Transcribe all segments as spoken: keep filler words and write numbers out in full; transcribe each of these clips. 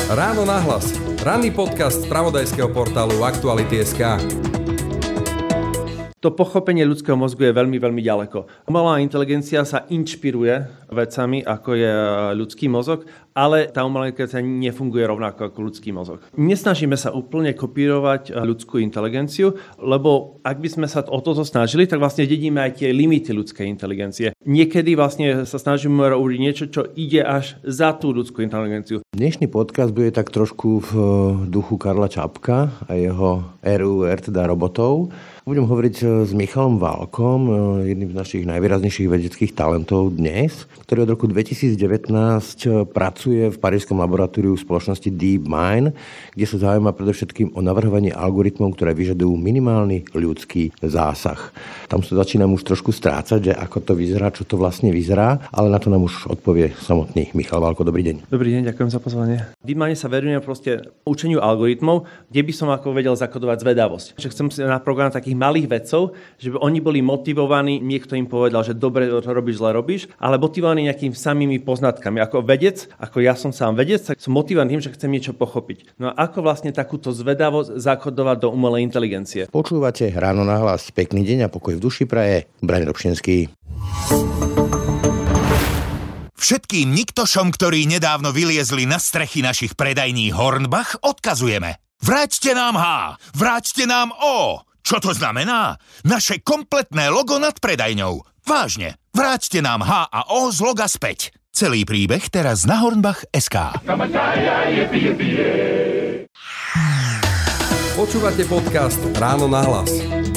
Ráno nahlas. Ranný podcast z spravodajského portálu Aktuality bodka es ká. To pochopenie ľudského mozgu je veľmi, veľmi ďaleko. Umelá inteligencia sa inšpiruje vecami, ako je ľudský mozog, ale tá umelá inteligencia nefunguje rovnako ako ľudský mozog. Nesnažíme sa úplne kopírovať ľudskú inteligenciu, lebo ak by sme sa o toto snažili, tak vlastne dedíme aj tie limity ľudskej inteligencie. Niekedy vlastne sa snažíme urobiť niečo, čo ide až za tú ľudskú inteligenciu. Dnešný podcast bude tak trošku v duchu Karla Čapka a jeho er ú er, teda robotov. Budem hovoriť s Michalom Válkom, jedným z našich najvýraznejších vedeckých talentov dnes, ktorý od roku dvetisícdevätnásť pracuje v parížskom laboratóriu spoločnosti DeepMind, kde sa zaujíma predovšetkým o navrhovanie algoritmov, ktoré vyžadujú minimálny ľudský zásah. Tam sa začínam už trošku strácať, že ako to vyzerá, čo to vlastne vyzerá, ale na to nám už odpovie samotný Michal Válko. Dobrý deň. Dobrý deň, ďakujem za pozvanie. V DeepMinde sa venujeme proste učeniu algoritmov, kde by som ako vedel zakodovať zvedavosť. Že chcem si naprogramovať takých malých vedcov, že by oni boli motivovaní, niekto im povedal, že dobre to robíš, zle robíš, ale motivovaní nejakými samými poznatkami. Ako vedec, ako ja som sám vedec, tak som motivovaný tým, že chcem niečo pochopiť. No a ako vlastne takúto zvedavosť zakodovať do umelej inteligencie? Počúvate Ráno nahlas. Pekný deň a pokoj v duši praje Braň Robšinský. Všetkým niktošom, ktorí nedávno vyliezli na strechy našich predajní Hornbach, odkazujeme. Vráťte nám H, vráťte nám O. Čo to znamená? Naše kompletné logo nad predajňou. Vážne, vráťte nám H a O z loga späť. Celý príbeh teraz na Hornbach bodka es ká. Počúvate podcast Ráno nahlas.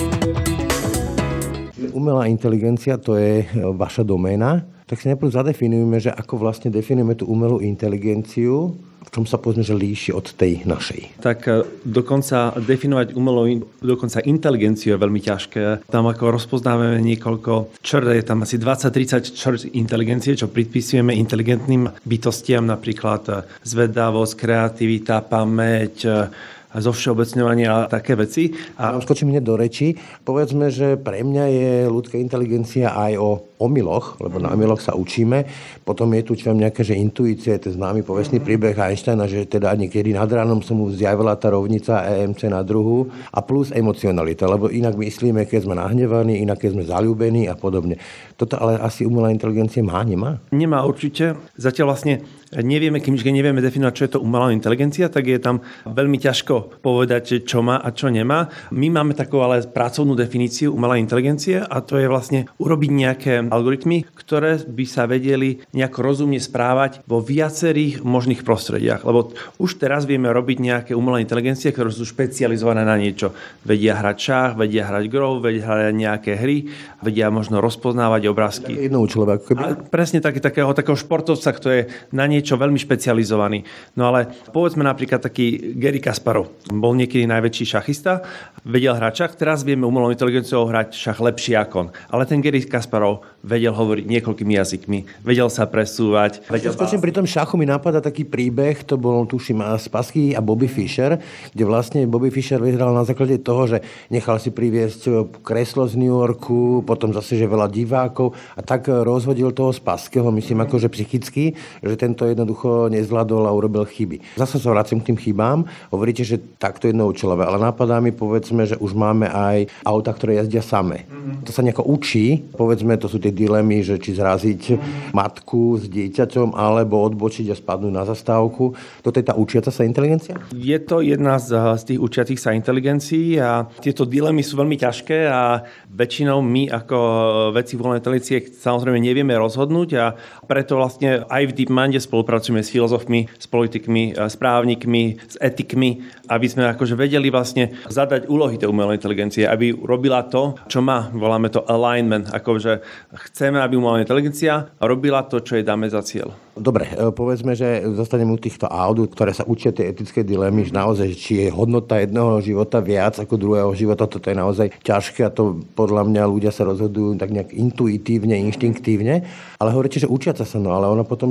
Umelá inteligencia, to je vaša doména. Tak si najprv zadefinujeme, že ako vlastne definujeme tú umelú inteligenciu, v čom sa povedzme, že líši od tej našej. Tak dokonca definovať umelú, dokonca inteligenciu je veľmi ťažké. Tam ako rozpoznávame niekoľko črt, je tam asi dvadsať tridsať črt inteligencie, čo pripisujeme inteligentným bytostiam, napríklad zvedavosť, kreativita, pamäť, zovšeobecňovanie a také veci. A skočím hneď do reči. Povedzme, že pre mňa je ľudská inteligencia aj o omyloch, lebo na omyloch sa učíme. Potom je tu čo nejaké, že intuície, to známy povestný príbeh Einsteina, že teda niekedy nad ránom sa mu zjavila tá rovnica é em cé na druhu a plus emocionalita, lebo inak myslíme, keď sme nahnevaní, inak keď sme zaľúbení a podobne. Toto ale asi umelá inteligencia má, nemá? Nemá určite. Zatiaľ vlastne nevieme, kým nevieme definovať, čo je to umelá inteligencia, tak je tam veľmi ťažko povedať, čo má a čo nemá. My máme takú ale pracovnú definíciu umelej inteligencie a to je vlastne urobiť nejaké algoritmy, ktoré by sa vedeli nejako rozumne správať vo viacerých možných prostrediach. Lebo už teraz vieme robiť nejaké umelé inteligencie, ktoré sú špecializované na niečo. Vedia hrať šach, vedia hrať gro, vedia hrať nejaké hry, vedia možno rozpoznávať obrázky. Jednou človek. Presne taký, takého, takého športovca, ktorý je na niečo veľmi špecializovaný. No ale povedzme napríklad taký Garry Kasparov. Bol niekedy najväčší šachista, vedel hrať šach, teraz vieme umelou inteligenciou hrať šach lepšie ako on. Ale ten Garry Kasparov vedel hovoriť niekoľkými jazykmi, vedel sa presúvať. Vedel Skočím, pri tom šachu mi napadá taký príbeh, to bol, tuším, Spassky a Bobby Fischer, kde vlastne Bobby Fischer vyhral na základe toho, že nechal si priviesť kreslo z New Yorku, potom zase, že veľa divákov a tak rozhodil toho Spasského, myslím, akože psychicky, že tento jednoducho nezvládol a urobil chyby. Zase sa vracím k tým chybám. Hovoríte, že takto jednoučelové, ale napadá mi, povedzme, že už máme aj auta, ktoré jazdia same. Mm-hmm. To sa nejako učí, povedzme, to sú tie dilemy, že či zraziť mm-hmm. matku s dieťaťom, alebo odbočiť a spadnúť na zastávku. Toto je tá učiaca sa inteligencia? Je to jedna z, z tých učiacich sa inteligencií a tieto dilemy sú veľmi ťažké a väčšinou my ako vedci voľnej inteligencie samozrejme nevieme rozhodnúť a preto vlastne aj v DeepMinde spolupracujeme s filozofmi, s politikmi, s právnikmi, s etikmi, aby sme akože vedeli vlastne zadať úlohy tej umelej inteligencie, aby robila to, čo má. Voláme to alignment, akože chceme, aby umelá inteligencia robila to, čo jej dáme za cieľ. Dobre, povedzme, že zostaneme u týchto aut, ktoré sa učia tie etické dilemy, že naozaj, či je hodnota jedného života viac ako druhého života, toto je naozaj ťažké a to podľa mňa ľudia sa rozhodujú tak nejak intuitívne, inštinktívne, ale hovoríte, že učiaca sa, no ale ona potom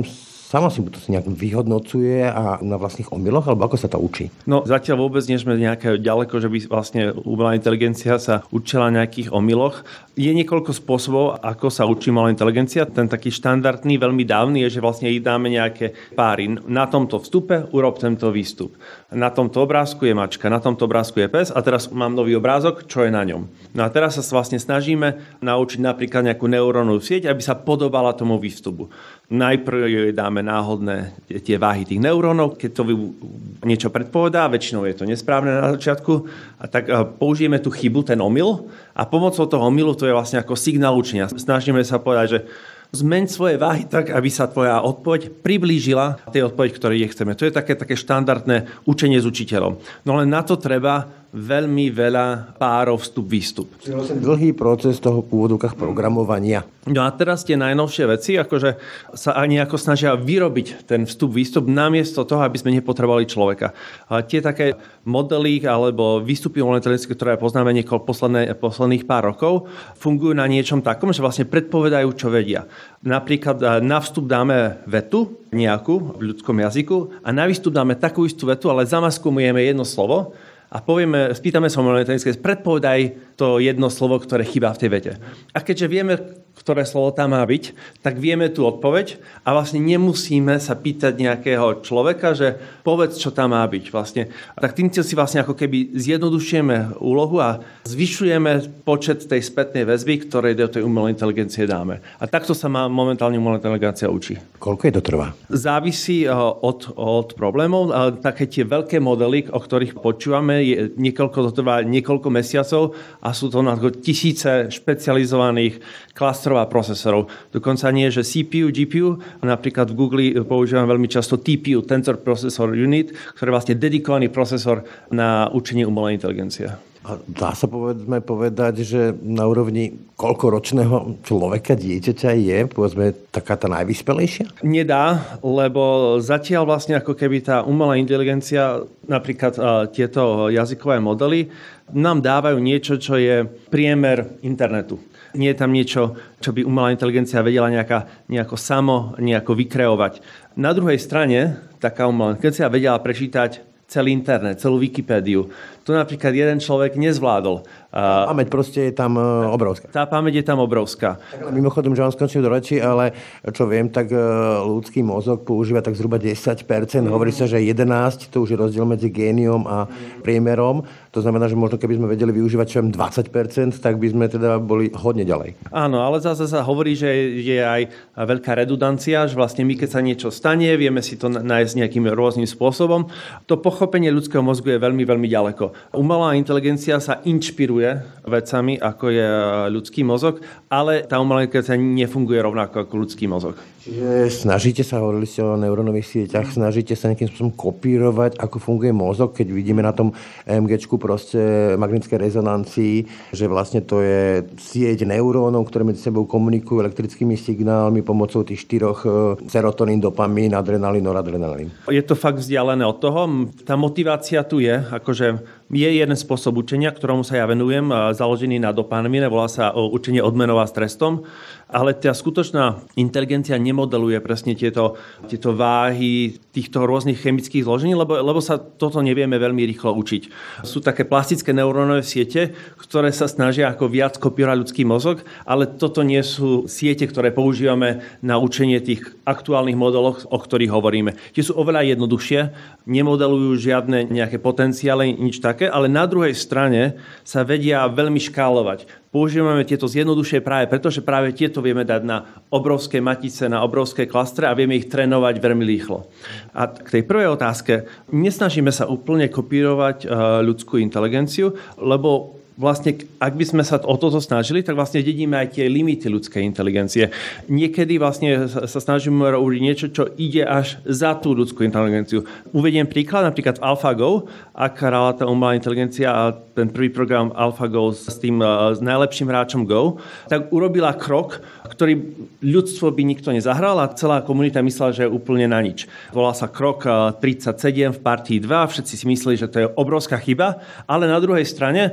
sama si to si nejak vyhodnocuje a na vlastných omyloch, alebo ako sa to učí? No zatiaľ vôbec nie sme nejaké ďaleko, že by vlastne umelá inteligencia sa učila nejakých omyloch. Je niekoľko spôsobov, ako sa učí umelá inteligencia. Ten taký štandardný, veľmi dávny je, že vlastne jej dáme nejaké páry. Na tomto vstupe urob tento výstup. Na tomto obrázku je mačka, na tomto obrázku je pes a teraz mám nový obrázok, čo je na ňom. No a teraz sa vlastne snažíme naučiť napríklad nejakú neurónovú sieť, aby sa podobala tomu výstupu. Najprv jej dáme náhodné tie váhy tých neurónov, keď to niečo predpovedá, väčšinou je to nesprávne na začiatku, a tak použijeme tú chybu, ten omyl, a pomocou toho omylu to je vlastne ako signál učenia. Snažíme sa povedať, že zmeň svoje váhy tak, aby sa tvoja odpoveď priblížila tej odpoveď, ktorej je chceme. To je také, také štandardné učenie s učiteľom. No len na to treba veľmi veľa párov vstup-výstup. Čiže vlastne dlhý proces toho pôvodovkách programovania. No a teraz tie najnovšie veci, akože sa aj nejako snažia vyrobiť ten vstup-výstup namiesto toho, aby sme nepotrebovali človeka. A tie také modely alebo výstupy umelej inteligencie, ktoré poznáme niekoľko posledné, posledných pár rokov, fungujú na niečom takom, že vlastne predpovedajú, čo vedia. Napríklad na vstup dáme vetu nejakú v ľudskom jazyku a na výstup dáme takú istú vetu, ale zamaskujeme jedno slovo a povieme, spýtame sa umelej inteligencie, predpovedaj to jedno slovo, ktoré chýba v tej vete. A keďže vieme, ktoré slovo tam má byť, tak vieme tú odpoveď a vlastne nemusíme sa pýtať nejakého človeka, že povedz, čo tam má byť. Vlastne. Tak týmto si vlastne ako keby zjednodušujeme úlohu a zvyšujeme počet tej spätnej väzby, ktoré do tej umelej inteligencie dáme. A takto sa má momentálne umelá inteligencia učí. Koľko je to trvá? Závisí od, od problémov. Také tie veľké modely, o ktorých počúvame, je niekoľko, to trvá niekoľko mesiacov a sú to na tisíce špecializovaných klastrov a procesorov. Dokonca nie, že C P U, G P U, napríklad v Google používam veľmi často T P U, Tensor Processor Unit, ktorý je vlastne dedikovaný procesor na učenie umelej inteligencie. A dá sa povedzme povedať, že na úrovni koľkoročného človeka, dieťaťa je, povedzme, taká tá najvyspelejšia? Nedá, lebo zatiaľ vlastne ako keby tá umelá inteligencia, napríklad tieto jazykové modely, nám dávajú niečo, čo je priemer internetu. Nie je tam niečo, čo by umelá inteligencia vedela nejaká, nejako samo nejako vykreovať. Na druhej strane, taká umelá inteligencia vedela prečítať celý internet, celú Wikipédiu. To napríklad jeden človek nezvládol. Tá pamäť proste je tam obrovská. Tá pamäť je tam obrovská. Mimochodom, že vám skončil do reči, ale čo viem, tak ľudský mozog používa tak zhruba desať percent. Hovorí sa, že jedenásť, to už je rozdiel medzi géniom a priemerom. To znamená, že možno keby sme vedeli využívať čo dvadsať percent, tak by sme teda boli hodne ďalej. Áno, ale zase sa hovorí, že je aj veľká redundancia, že vlastne my, keď sa niečo stane, vieme si to nájsť nejakým rôznym spôsobom. To pochopenie ľudského mozgu je veľmi, veľmi ďaleko. Umelá inteligencia sa inšpiruje vecami, ako je ľudský mozog, ale tá umelá inteligencia nefunguje rovnako ako ľudský mozog. Čiže snažíte sa, hovorili ste o neurónových sieťach, snažíte sa nejakým spôsobom kopírovať, ako funguje mozog, keď vidíme na tom EMGčku proste magnetickej rezonancii, že vlastne to je sieť neurónov, ktoré medzi sebou komunikujú elektrickými signálmi pomocou tých štyroch serotonín, dopamín, adrenalín, noradrenalín. Je to fakt vzdialené od toho. Tá motivácia tu je, akože je jeden spôsob učenia, ktorému sa ja venujem, založený na dopamíne, volá sa učenie odmenou a s trestom, ale tá skutočná inteligencia nemodeluje presne tieto, tieto váhy týchto rôznych chemických zložení, lebo, lebo sa toto nevieme veľmi rýchlo učiť. Sú také plastické neurónové siete, ktoré sa snažia ako viac kopírovať ľudský mozog, ale toto nie sú siete, ktoré používame na učenie tých aktuálnych modelov, o ktorých hovoríme. Tie sú oveľa jednoduchšie, nemodelujú žiadne nejaké potenciály, nič také, ale na druhej strane sa vedia veľmi škálovať. Používame tieto zjednodušie práve preto, že práve tieto vieme dať na obrovské matice, na obrovské klastre a vieme ich trénovať veľmi rýchlo. A k tej prvej otázke, nesnažíme sa úplne kopírovať ľudskú inteligenciu, lebo vlastne, ak by sme sa o toto snažili, tak vlastne dedíme aj tie limity ľudskej inteligencie. Niekedy vlastne sa snažíme urobiť niečo, čo ide až za tú ľudskú inteligenciu. Uvediem príklad, napríklad v AlphaGo, ak hrála tá umelá inteligencia a ten prvý program AlphaGo s tým s najlepším hráčom Go, tak urobila krok, ktorý ľudstvo by nikto nezahral a celá komunita myslela, že je úplne na nič. Volá sa krok tridsaťsedem v partii dva, všetci si mysleli, že to je obrovská chyba, ale na druhej strane to bol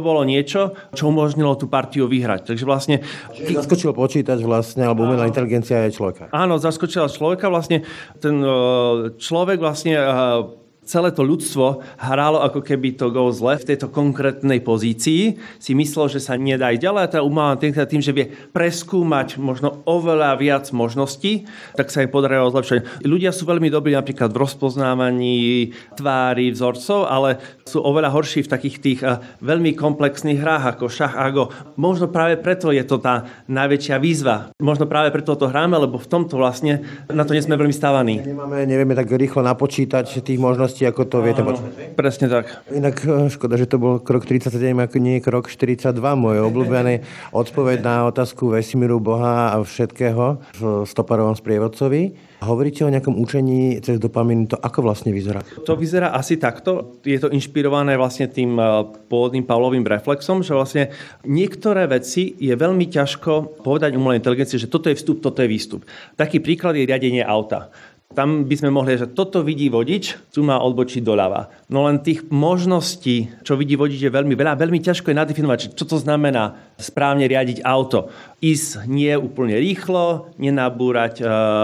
bolo niečo, čo umožnilo tú partiu vyhrať. Takže vlastne... Zaskočil počítač vlastne, alebo umelá inteligencia je človeka. Áno, zaskočila človeka. Vlastne ten človek vlastne... celé to ľudstvo hralo ako keby to go zle v tejto konkrétnej pozícii. Si myslel, že sa nedá ísť ďalej a tá umelá inteligencia tým, že vie preskúmať možno oveľa viac možností, tak sa jej podarilo zlepšenie. Ľudia sú veľmi dobrí napríklad v rozpoznávaní tvári, vzorcov, ale sú oveľa horší v takých tých veľmi komplexných hrách ako šach a go. Možno práve preto je to tá najväčšia výzva. Možno práve preto to hráme, lebo v tomto vlastne na to nie sme veľmi stávaní. Nemáme, nevieme tak rýchlo napočítať tých možností, ako to viete počítať. Presne tak. Inak škoda, že to bol krok tridsaťsedem, ako nie krok štyridsaťdva. Moje obľúbené odpoveď na otázku vesmíru, Boha a všetkého v Stoparovom sprievodcovi. Hovoríte o nejakom učení cez dopamín, to ako vlastne vyzerá? To vyzerá asi takto. Je to inšpirované vlastne tým pôvodným Pavlovým reflexom, že vlastne niektoré veci je veľmi ťažko povedať umelej inteligencii, že toto je vstup, toto je výstup. Taký príklad je riadenie auta. Tam by sme mohli, že toto vidí vodič, tu má odbočiť doľava. No len tých možností, čo vidí vodič, je veľmi veľa. Veľmi ťažko je nadefinovať, čo to znamená správne riadiť auto. Ísť nie úplne rýchlo, nenabúrať e,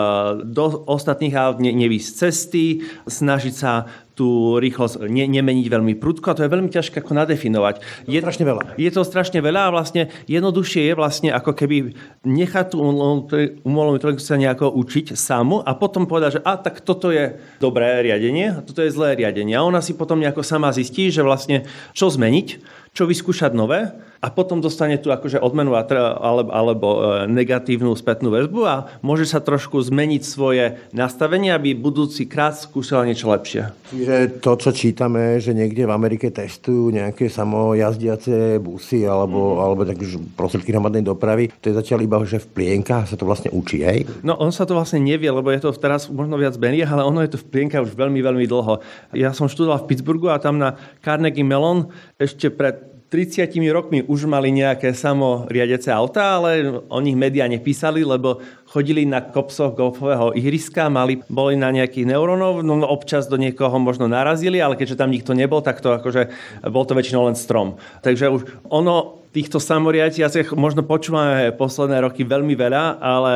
do ostatných aut, ne, nevýsť cesty, snažiť sa tú rýchlosť ne, nemeniť veľmi prudko. A to je veľmi ťažké ako nadefinovať. Je, strašne veľa. Je to strašne veľa a vlastne jednoduchšie je vlastne ako keby nechať tú umelú inteligenciu nejako učiť samu a potom povedať, že a tak toto je dobré riadenie a toto je zlé riadenie. A ona si potom nejako sama zistí, že vlastne čo zmeniť, čo vyskúšať nové a potom dostane tu akože odmenu alebo, alebo negatívnu spätnú väzbu a môže sa trošku zmeniť svoje nastavenie, aby budúci krát skúšala niečo lepšie. Čiže to, čo čítame, že niekde v Amerike testujú nejaké samojazdiace busy alebo, mm. alebo také prostriedky hromadnej dopravy, to je zatiaľ iba, že v plienkach sa to vlastne učí, hej? No on sa to vlastne nevie, lebo je to teraz možno viac beniach, ale ono je to v plienkach už veľmi, veľmi dlho. Ja som študoval v Pittsburghu a tam na Carnegie Mellon ešte pred tridsiatimi rokmi už mali nejaké samoriadiace autá, ale o nich médiá nepísali, lebo chodili na kopsoch golfového ihriska, mali, boli na nejakých neurónov, no občas do niekoho možno narazili, ale keďže tam nikto nebol, tak to akože bol to väčšinou len strom. Takže už ono týchto samoriadiacich možno počúvame posledné roky veľmi veľa, ale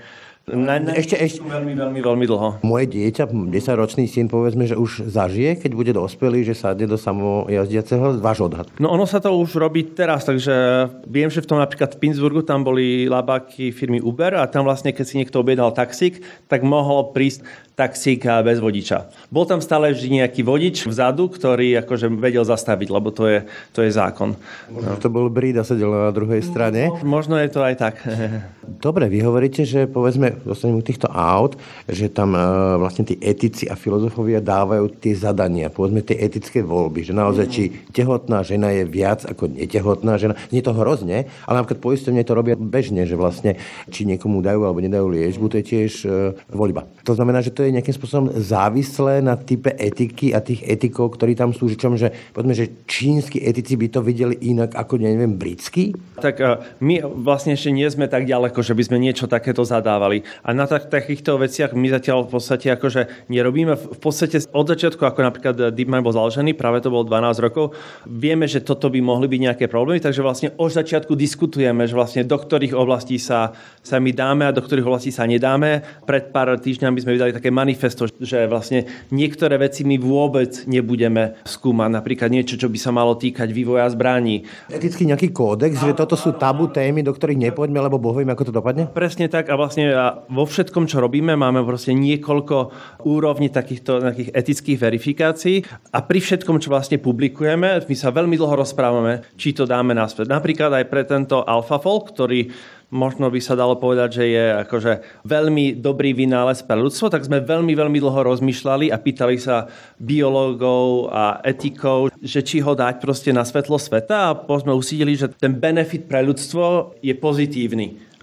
Na, na, ešte, ešte veľmi, veľmi, veľmi dlho. Moje dieťa, desaťročný syn, povedzme, že už zažije, keď bude dospelý, že sadne do samojazdiaceho, váš odhad? No ono sa to už robí teraz, takže viem, že v tom napríklad v Pittsburghu tam boli labáky firmy Uber a tam vlastne, keď si niekto objednal taxík, tak mohol prísť taxík bez vodiča. Bol tam stále vždy nejaký vodič vzadu, ktorý akože vedel zastaviť, lebo to je, to je zákon. Možno to bol Bríd a sedel na druhej strane. Možno je to aj tak. Dobre, vy hovoríte, že povedzme, dostaneme týchto aut, že tam uh, vlastne tí etici a filozofovia dávajú tie zadania, povedzme tie etické voľby, že naozaj či tehotná žena je viac ako netehotná žena. Nie to hrozne, ale napríklad poisťovne to robia bežne, že vlastne či niekomu dajú alebo nedajú liečbu, to je tiež uh, voľba. To znamená, že to je nejakým spôsobom závislé na type etiky a tých etikov, ktorí tam sú, že čom, že povedzme, že čínsky etici by to videli inak ako, neviem, britský? Tak uh, my vlastne ešte nie sme tak ďaleko, že by sme niečo takéto zadávali. A na tak, takýchto veciach my zatiaľ v podstate akože nerobíme. V podstate od začiatku, ako napríklad DeepMind bol založený, práve to bolo dvanásť rokov, vieme, že toto by mohli byť nejaké problémy, takže vlastne od začiatku diskutujeme, že vlastne do ktorých oblastí sa, sa my dáme a do ktorých oblastí sa nedáme. Pred pár týždňami sme vydali také manifesto, že vlastne niektoré veci my vôbec nebudeme skúmať. Napríklad niečo, čo by sa malo týkať vývoja zbraní. Etický nejaký kódex, že toto sú tabu témy, do ktorých nepôjdeme, lebo Boh vie, ako to dopadne? Presne tak a vlastne vo všetkom, čo robíme, máme proste niekoľko úrovní takýchto takých etických verifikácií a pri všetkom, čo vlastne publikujeme, my sa veľmi dlho rozprávame, či to dáme naspäť. Napríklad aj pre tento AlphaFold, ktorý možno by sa dalo povedať, že je akože veľmi dobrý vynález pre ľudstvo, tak sme veľmi, veľmi dlho rozmýšľali a pýtali sa biológov a etikov, že či ho dať proste na svetlo sveta a potom sme usídili, že ten benefit pre ľudstvo je pozitívny.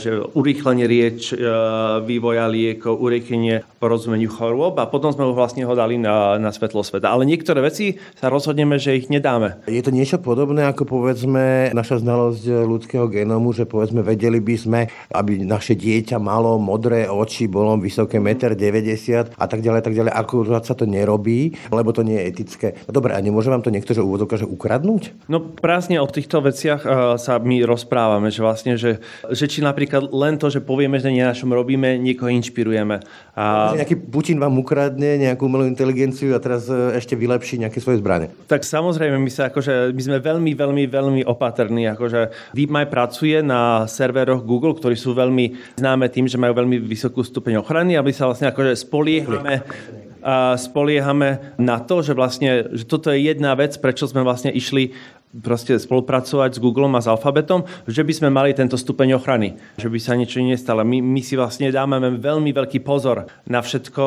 že urýchlenie rieč, vývoja liekov, urýchlenie porozumeniu chorôb a potom sme ho vlastne ho dali na, na svetlo sveta. Ale niektoré veci sa rozhodneme, že ich nedáme. Je to niečo podobné ako povedzme naša znalosť ľudského genómu, že povedzme vedeli by sme, aby naše dieťa malo modré oči, bolo vysoké jeden deväťdesiat metra a tak ďalej, tak ďalej. Akurát sa to nerobí, lebo to nie je etické. No dobre, a nemôže vám to niekto, že úvodovka, že ukradnúť? No prázdne o týchto veciach uh, sa my rozprávame, že vlastne, že, že či napríklad len to, že povieme, že nie na čom robíme, niekoho inšpirujeme. A... Nejaký Putin vám ukradne nejakú umelú inteligenciu a teraz ešte vylepší nejaké svoje zbrane. Tak samozrejme, my sa akože, my sme veľmi, veľmi, veľmi opatrní. Akože DeepMind pracuje na serveroch Google, ktorí sú veľmi známe tým, že majú veľmi vysokú stupeň ochrany, aby sa vlastne akože spoliehame a spoliehame na to, že vlastne, že toto je jedna vec, prečo sme vlastne išli proste spolupracovať s Googlom a s Alphabetom, že by sme mali tento stupeň ochrany, že by sa niečo nestalo. My, my si vlastne dáme veľmi veľký pozor na všetko,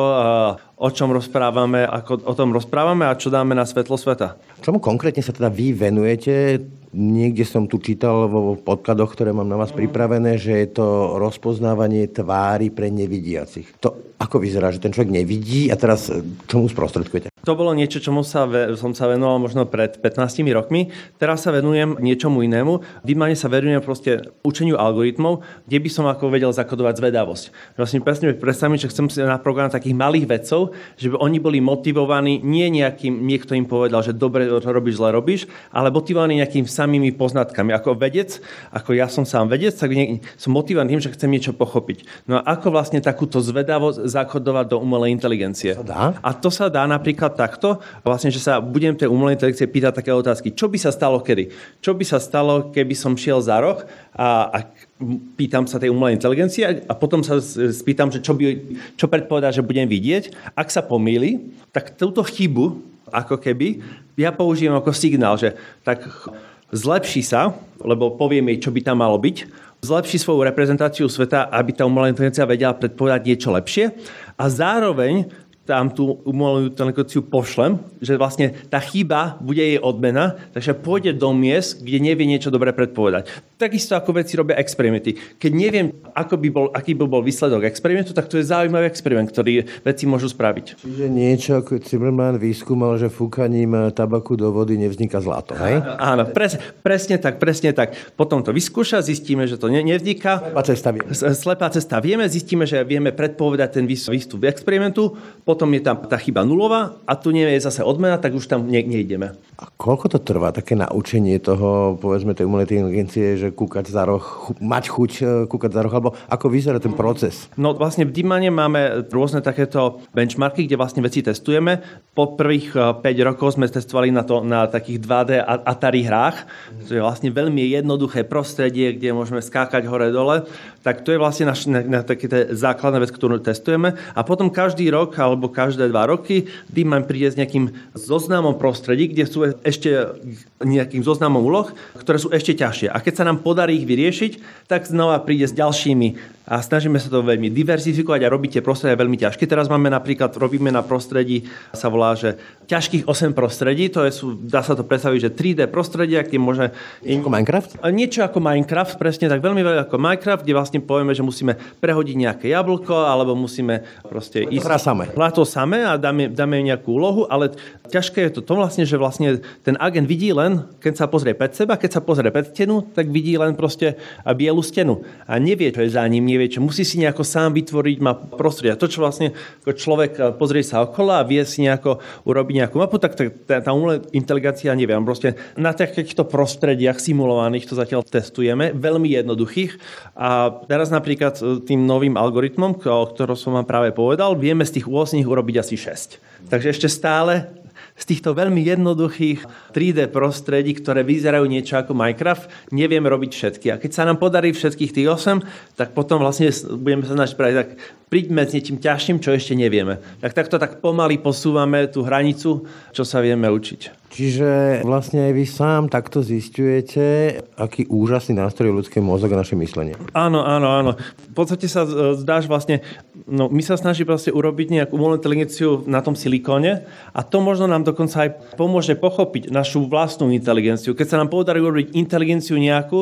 o čom rozprávame, ako o tom rozprávame a čo dáme na svetlo sveta. Čomu konkrétne sa teda vy venujete? Niekde som tu čítal vo podkladoch, ktoré mám na vás pripravené, že je to rozpoznávanie tvári pre nevidiacich. To ako vyzerá, že ten človek nevidí a teraz čomu sprostredkujete? To bolo niečo, čomu sa ve, som sa venoval možno pred pätnástimi rokmi. Teraz sa venujem niečomu inému. V DeepMinde sa venujem proste učeniu algoritmov, kde by som ako vedel zakodovať zvedavosť. Vlastne presne predstavím, že chcem si naprogramovať takých malých vedcov, že by oni boli motivovaní nie nejakým, niekto im povedal, že dobre robíš, zle robíš, ale motivovaní nejakým samými poznatkami. Ako vedec, ako ja som sám vedec, tak som motivovaný tým, že chcem niečo pochopiť. No a ako vlastne takúto zvedavosť zakodovať do umelej inteligencie? To dá? A to sa dá napríklad takto, vlastne, že sa budem tej umelej inteligencie pýtať také otázky. Čo by sa stalo kedy? Čo by sa stalo, keby som šiel za roh a, a pýtam sa tej umelej inteligencie a potom sa spýtam, že čo, by, čo predpovedá, že budem vidieť. Ak sa pomýli, tak túto chybu, ako keby, ja použijem ako signál, že tak zlepší sa, lebo poviem jej, čo by tam malo byť, zlepší svoju reprezentáciu sveta, aby tá umelá inteligencia vedela predpovedať niečo lepšie a zároveň tam tú umelú inteligenciu pošlem, že vlastne tá chyba bude jej odmena, takže pôjde do miest, kde nevie niečo dobre predpovedať. Takisto ako veci robia experimenty. Keď neviem, ako by bol, aký by bol výsledok experimentu, tak to je zaujímavý experiment, ktorý veci môžu spraviť. Čiže niečo, ako Zimmermann vyskúmal, že fúkaním tabaku do vody nevzniká zlato, hej? Áno, pres, presne tak, presne tak. Potom to vyskúša, zistíme, že to ne, nevzniká. Slepá cesta vieme. Slepá cesta vieme, zistíme, že vieme predpovedať ten výstup experimentu. Potom je tam tá chyba nulová a tu nie je zase odmena, tak už tam ne, nejdeme. A koľko to trvá, také naučenie toho, povedzme, tej umelej inteligencie, že kúkať za roh, mať chuť kúkať za roh, alebo ako vyzerá ten proces? No vlastne v DeepMinde máme rôzne takéto benchmarky, kde vlastne veci testujeme. Po prvých päť rokov sme testovali na, to, na takých dva dé Atari hrách, to je vlastne veľmi jednoduché prostredie, kde môžeme skákať hore-dole. Tak to je vlastne naš, na, na také základná vec, ktorú testujeme. A potom každý rok alebo každé dva roky DeepMind príde s nejakým zoznamom prostredí, kde sú ešte nejakým zoznamom úloh, ktoré sú ešte ťažšie. A keď sa nám podarí ich vyriešiť, tak znova príde s ďalšími a snažíme sa to veľmi diversifikovať a robiť tie prostredie veľmi ťažké. Teraz máme napríklad, robíme na prostredí, sa volá, že ťažkých osem prostredí, to je, sú, dá sa to predstaviť, že tri dé prostredia, kde môže... Ako Minecraft? Niečo ako Minecraft, presne tak, veľmi veľa ako Minecraft, kde vlastne povieme, že musíme prehodiť nejaké jablko, alebo musíme proste ísť... To samé. To samé a dáme, dáme nejakú úlohu, ale ťažké je to to vlastne, že vlastne ten agent vidí len, keď sa pozrie pred seba, keď sa pozrie pred stenu, tak vidí len proste bielu stenu a nevie, čo je za ním, nevie, čo musí si nejako sám vytvoriť ma prostredia. To, čo vlastne človek pozrie sa okolo a vie si nejako urobiť nejakú mapu, tak tá, tá umelá inteligencia nevie. Proste na takýchto prostrediach simulovaných to zatiaľ testujeme, veľmi jednoduchých. A teraz napríklad tým novým algoritmom, o ktorom som vám práve povedal, vieme z tých osem urobiť asi šesť. Takže ešte stále z týchto veľmi jednoduchých tri dé prostredí, ktoré vyzerajú niečo ako Minecraft, nevieme robiť všetky. A keď sa nám podarí všetkých tých osem, tak potom vlastne budeme sa snažiť spraviť tak, príďme s niečím ťažším, čo ešte nevieme. Tak takto tak pomaly posúvame tú hranicu, čo sa vieme učiť. Čiže vlastne aj vy sám takto zisťujete, aký úžasný nástroj je ľudský mozog a naše myslenie. Áno, áno, áno. V podstate sa zdáš vlastne, no my sa snažíme vlastne urobiť nejakú umelú inteligenciu na tom silikóne a to možno nám dokonca aj pomôže pochopiť našu vlastnú inteligenciu. Keď sa nám podarí urobiť inteligenciu nejakú,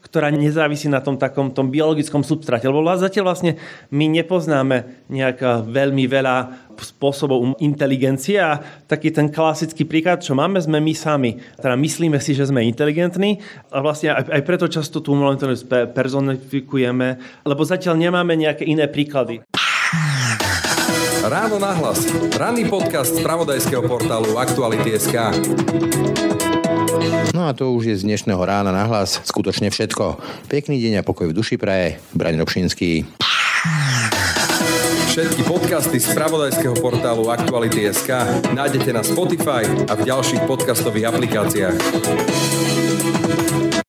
ktorá nezávisí na tom takom tom biologickom substráte. Lebo zatiaľ vlastne my nepoznáme nejak veľmi veľa spôsobov inteligencie a taký ten klasický príklad, čo máme, sme my sami. Teda myslíme si, že sme inteligentní a vlastne aj, aj preto často tú umelú inteligenciu personifikujeme, lebo zatiaľ nemáme nejaké iné príklady. Ráno nahlas. Ranný podcast z spravodajského portálu Aktuality bodka es ká. No a to už je z dnešného Rána nahlas skutočne všetko. Pekný deň a pokoj v duši praje. Braň Robšinský. Všetky podcasty z spravodajského portálu Aktuality bodka es ká nájdete na Spotify a v ďalších podcastových aplikáciách.